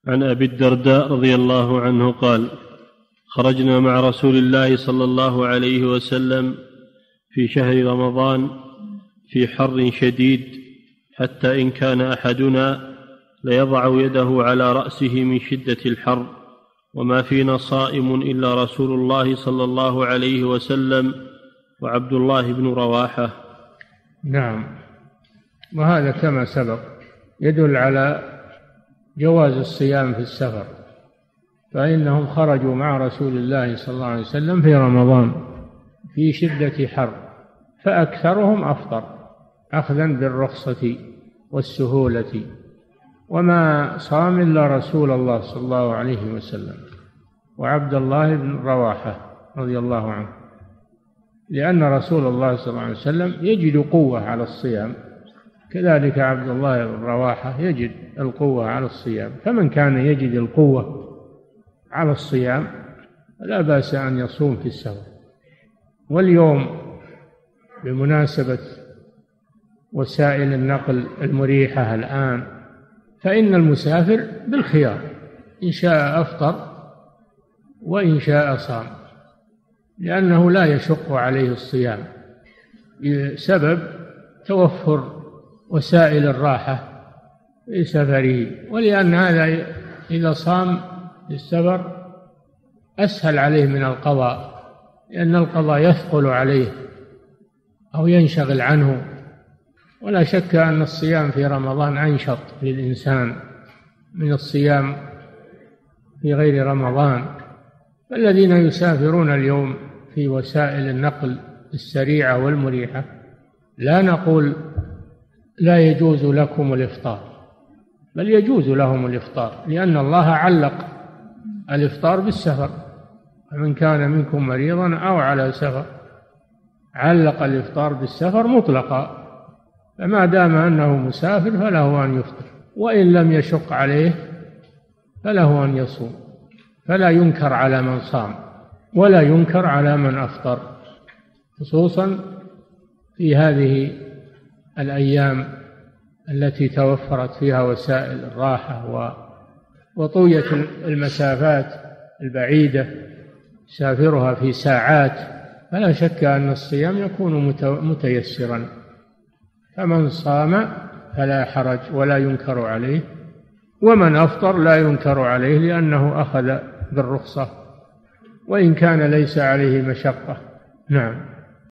عن أبي الدرداء رضي الله عنه قال: خرجنا مع رسول الله صلى الله عليه وسلم في شهر رمضان في حر شديد، حتى إن كان أحدنا ليضع يده على رأسه من شدة الحر، وما فينا صائم إلا رسول الله صلى الله عليه وسلم وعبد الله بن رواحة. نعم، وهذا كما سبق يدل على جواز الصيام في السفر، فإنهم خرجوا مع رسول الله صلى الله عليه وسلم في رمضان في شدة حر، فأكثرهم أفطر أخذا بالرخصة والسهولة، وما صام إلا رسول الله صلى الله عليه وسلم وعبد الله بن رواحة رضي الله عنه، لأن رسول الله صلى الله عليه وسلم يجد قوة على الصيام، كذلك عبد الله بن رواحة يجد القوة على الصيام، فمن كان يجد القوة على الصيام لا بأس أن يصوم في السفر. واليوم بمناسبة وسائل النقل المريحة الآن، فإن المسافر بالخيار، إن شاء أفطر وإن شاء صام، لأنه لا يشق عليه الصيام بسبب توفر وسائل الراحة في سفره، ولأن هذا إذا صام في السفر أسهل عليه من القضاء، لأن القضاء يثقل عليه أو ينشغل عنه. ولا شك أن الصيام في رمضان أنشط للإنسان من الصيام في غير رمضان. فالذين يسافرون اليوم في وسائل النقل السريعة والمريحة لا نقول لا يجوز لكم الإفطار، بل يجوز لهم الإفطار، لأن الله علق الإفطار بالسفر، فمن كان منكم مريضا أو على سفر، علق الإفطار بالسفر مطلقا، فما دام أنه مسافر فله أن يفطر، وإن لم يشق عليه فله أن يصوم، فلا ينكر على من صام ولا ينكر على من أفطر، خصوصا في هذه الأيام التي توفرت فيها وسائل الراحة وطوية المسافات البعيدة يسافرها في ساعات، فلا شك أن الصيام يكون متيسرا. فمن صام فلا حرج ولا ينكر عليه، ومن أفطر لا ينكر عليه لأنه أخذ بالرخصة وإن كان ليس عليه مشقة. نعم.